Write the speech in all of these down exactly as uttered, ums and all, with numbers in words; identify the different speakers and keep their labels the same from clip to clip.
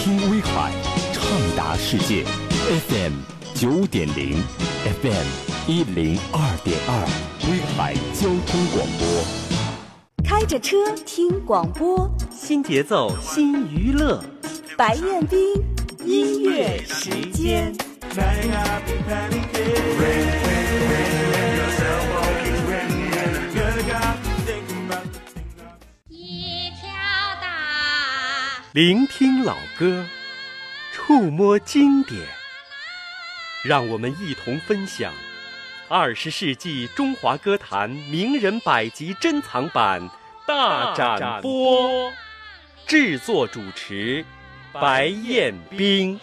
Speaker 1: 听威海，畅达世界 F M 九点零 F M 一零二点二，威海交通广播。
Speaker 2: 开着车听广播，
Speaker 3: 新节奏新娱乐，
Speaker 2: 白彦斌音乐时间。
Speaker 3: 聆听老歌，触摸经典，让我们一同分享二十世纪中华歌坛名人百集珍藏版大展播。制作主持白彦斌。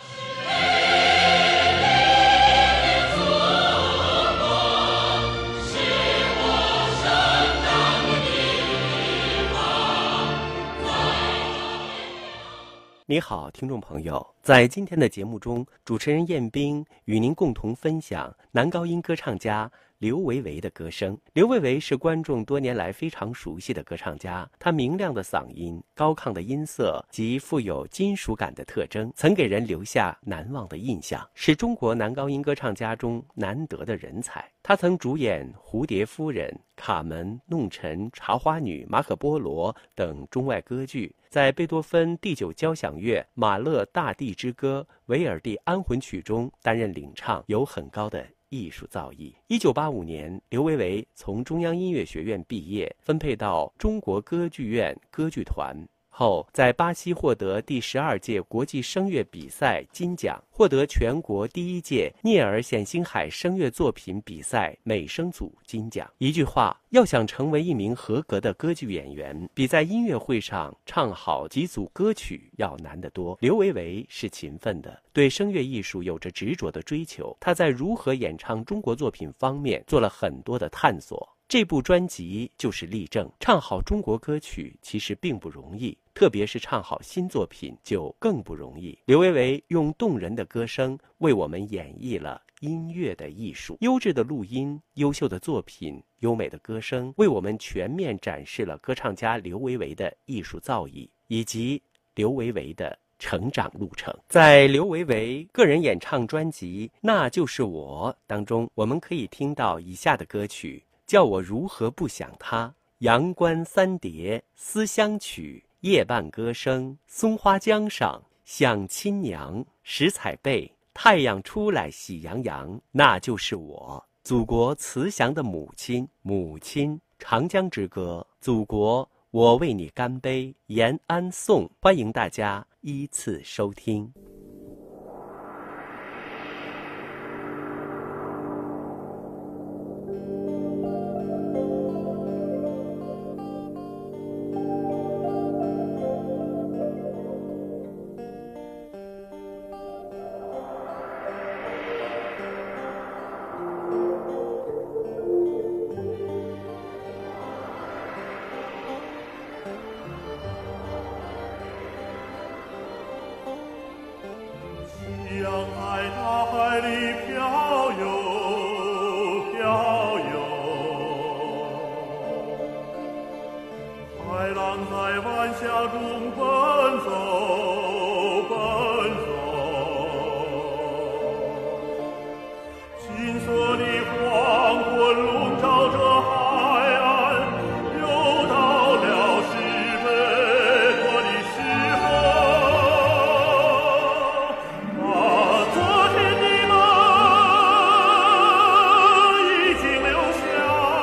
Speaker 3: 你好，听众朋友，在今天的节目中，主持人彦斌与您共同分享男高音歌唱家刘维维的歌声。刘维维是观众多年来非常熟悉的歌唱家，他明亮的嗓音、高亢的音色及富有金属感的特征，曾给人留下难忘的印象，是中国男高音歌唱家中难得的人才。他曾主演《蝴蝶夫人》、《卡门》、《弄臣》、《茶花女》、《马可波罗》等中外歌剧，在贝多芬第九交响乐、马勒大地之歌、维尔第安魂曲中担任领唱，有很高的艺术造诣。一九八五年，刘维维从中央音乐学院毕业，分配到中国歌剧院歌剧团后，在巴西获得第十二届国际声乐比赛金奖，获得全国第一届聂尔冼星海声乐作品比赛美声组金奖。一句话，要想成为一名合格的歌剧演员，比在音乐会上唱好几组歌曲要难得多。刘维维是勤奋的，对声乐艺术有着执着的追求，他在如何演唱中国作品方面做了很多的探索。这部专辑就是例证，唱好中国歌曲其实并不容易，特别是唱好新作品就更不容易。刘维维用动人的歌声为我们演绎了音乐的艺术，优质的录音、优秀的作品、优美的歌声，为我们全面展示了歌唱家刘维维的艺术造诣以及刘维维的成长路程。在刘维维个人演唱专辑《那就是我》当中，我们可以听到以下的歌曲：叫我如何不想他、阳关三叠、思乡曲、夜半歌声、松花江上、想亲娘、十彩贝、太阳出来喜洋洋、那就是我、祖国慈祥的母亲、母亲、长江之歌、祖国我为你干杯、延安颂。欢迎大家依次收听。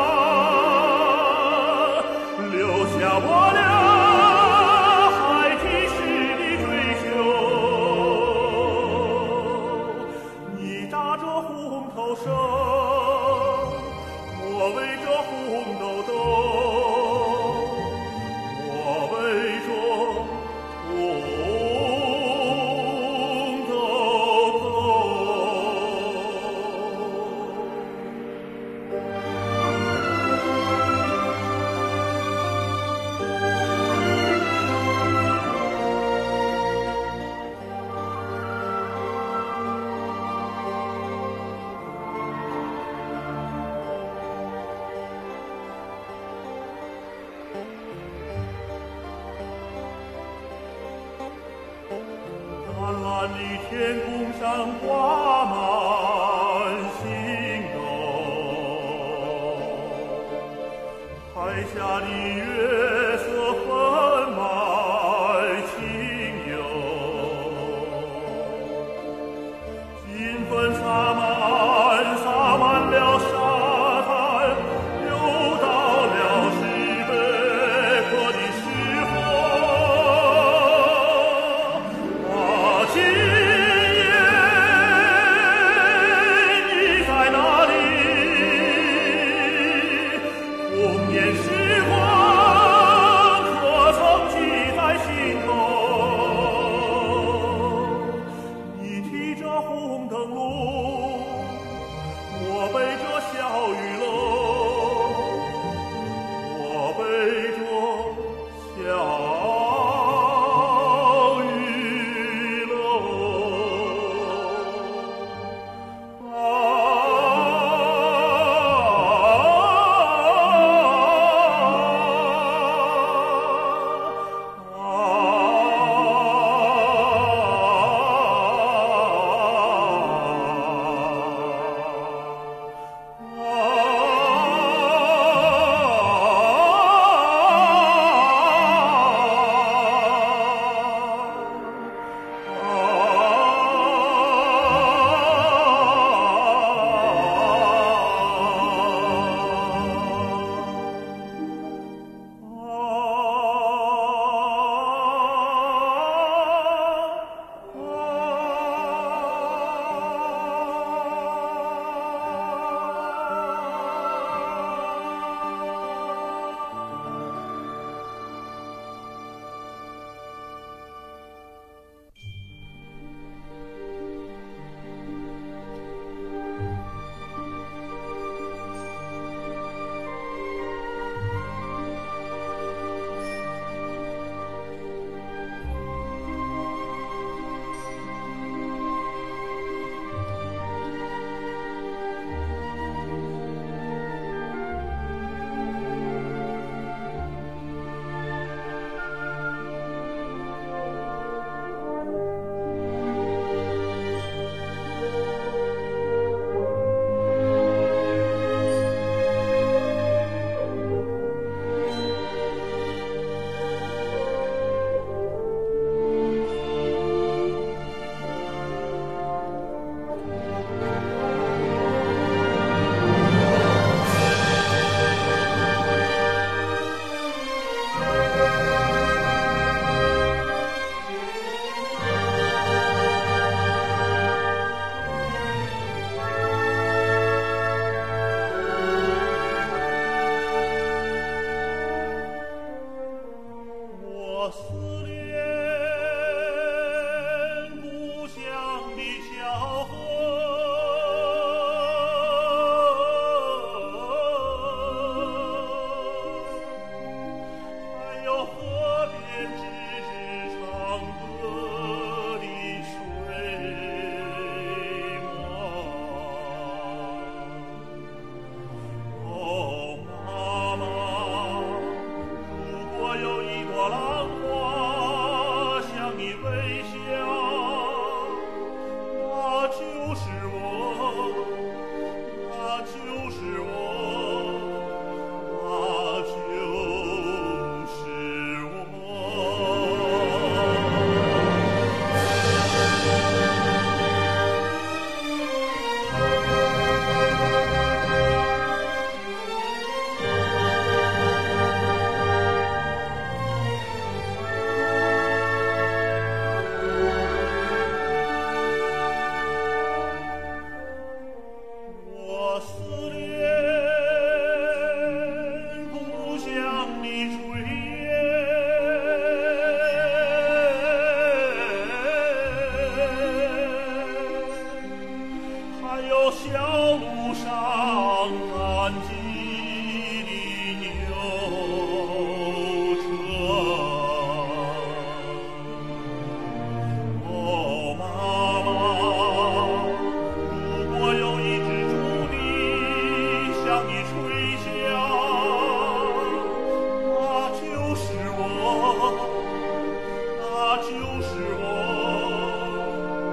Speaker 4: 留下我俩孩提就是我。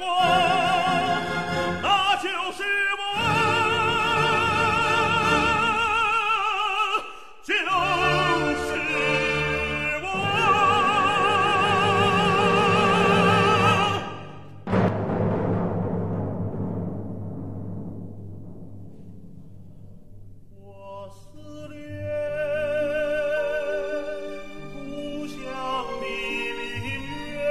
Speaker 4: 那就是我，就是我。我思念故乡的明月，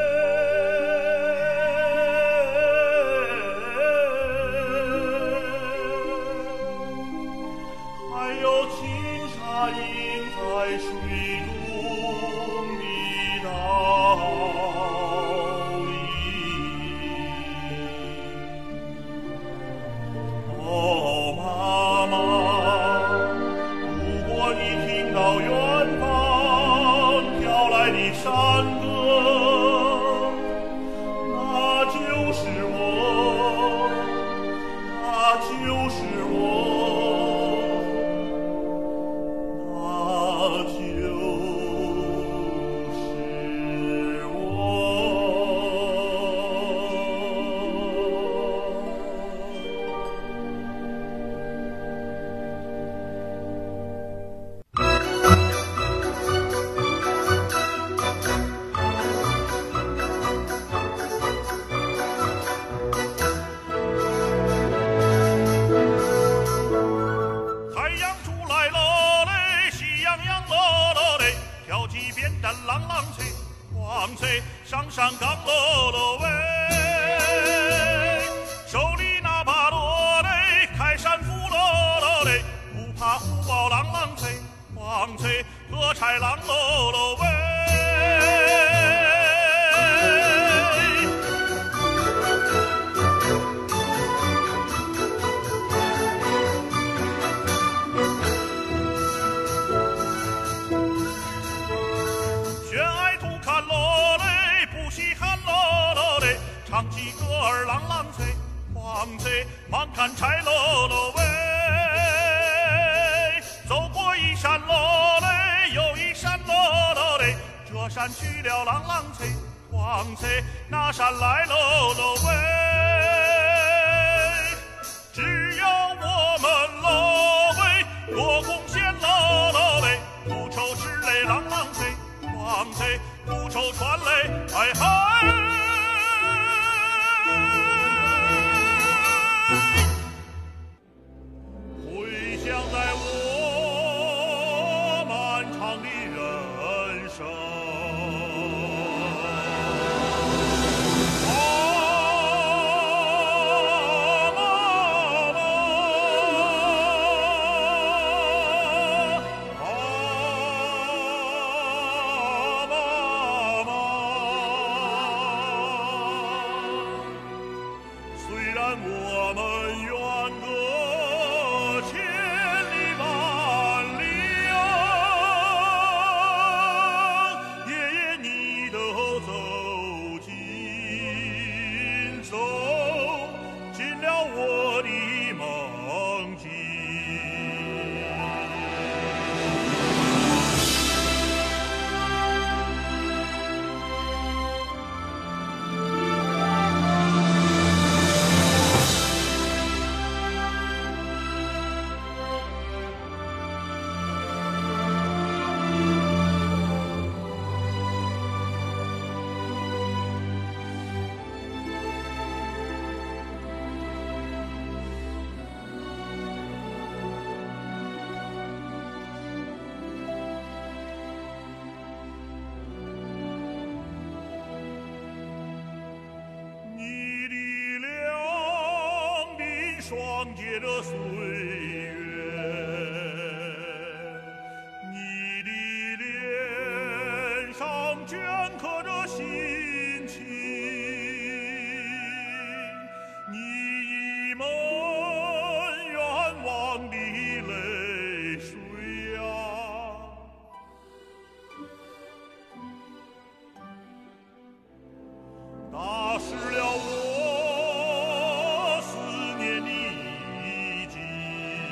Speaker 4: 还有青纱映在水中的倒影。哦，妈妈，如果你听到远方飘来的山歌，那就是我，那就是我，那就是太阳出来了嘞，喜洋洋了了嘞，跳起扁担啷啷吹，黄吹上山岗了了喂，手里拿把锣嘞，开山斧了了嘞，不怕虎豹啷啷吹，黄吹河柴啷了了喂。悬崖图看喽嘞，不稀罕喽喽嘞，唱起歌儿啷啷吹，黄吹忙看柴喽喽喂。走过一山喽嘞，又一山喽喽嘞，这山去了啷啷吹，黄吹那山来喽喽喂。只要我们喽喂，多贡献喽喽喂，不愁吃嘞啷啷吹。黄吹不愁穿嘞，哎嗨！回想在我漫长的人生，啊妈妈，啊。妈妈，虽然我们远隔千里万里啊，爷爷你都走进，走进了我的梦境。你的两鬓霜结着岁月，你的脸上镌刻着心情，你一门冤枉的泪水啊，打湿了我思念的衣襟。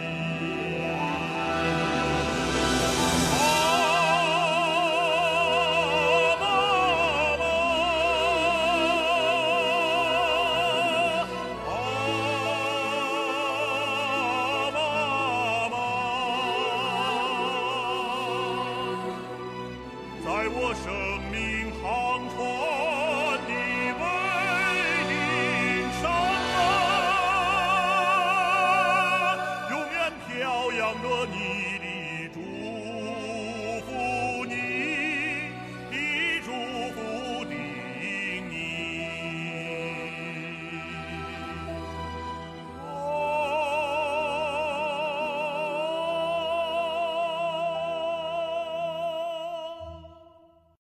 Speaker 4: 和你的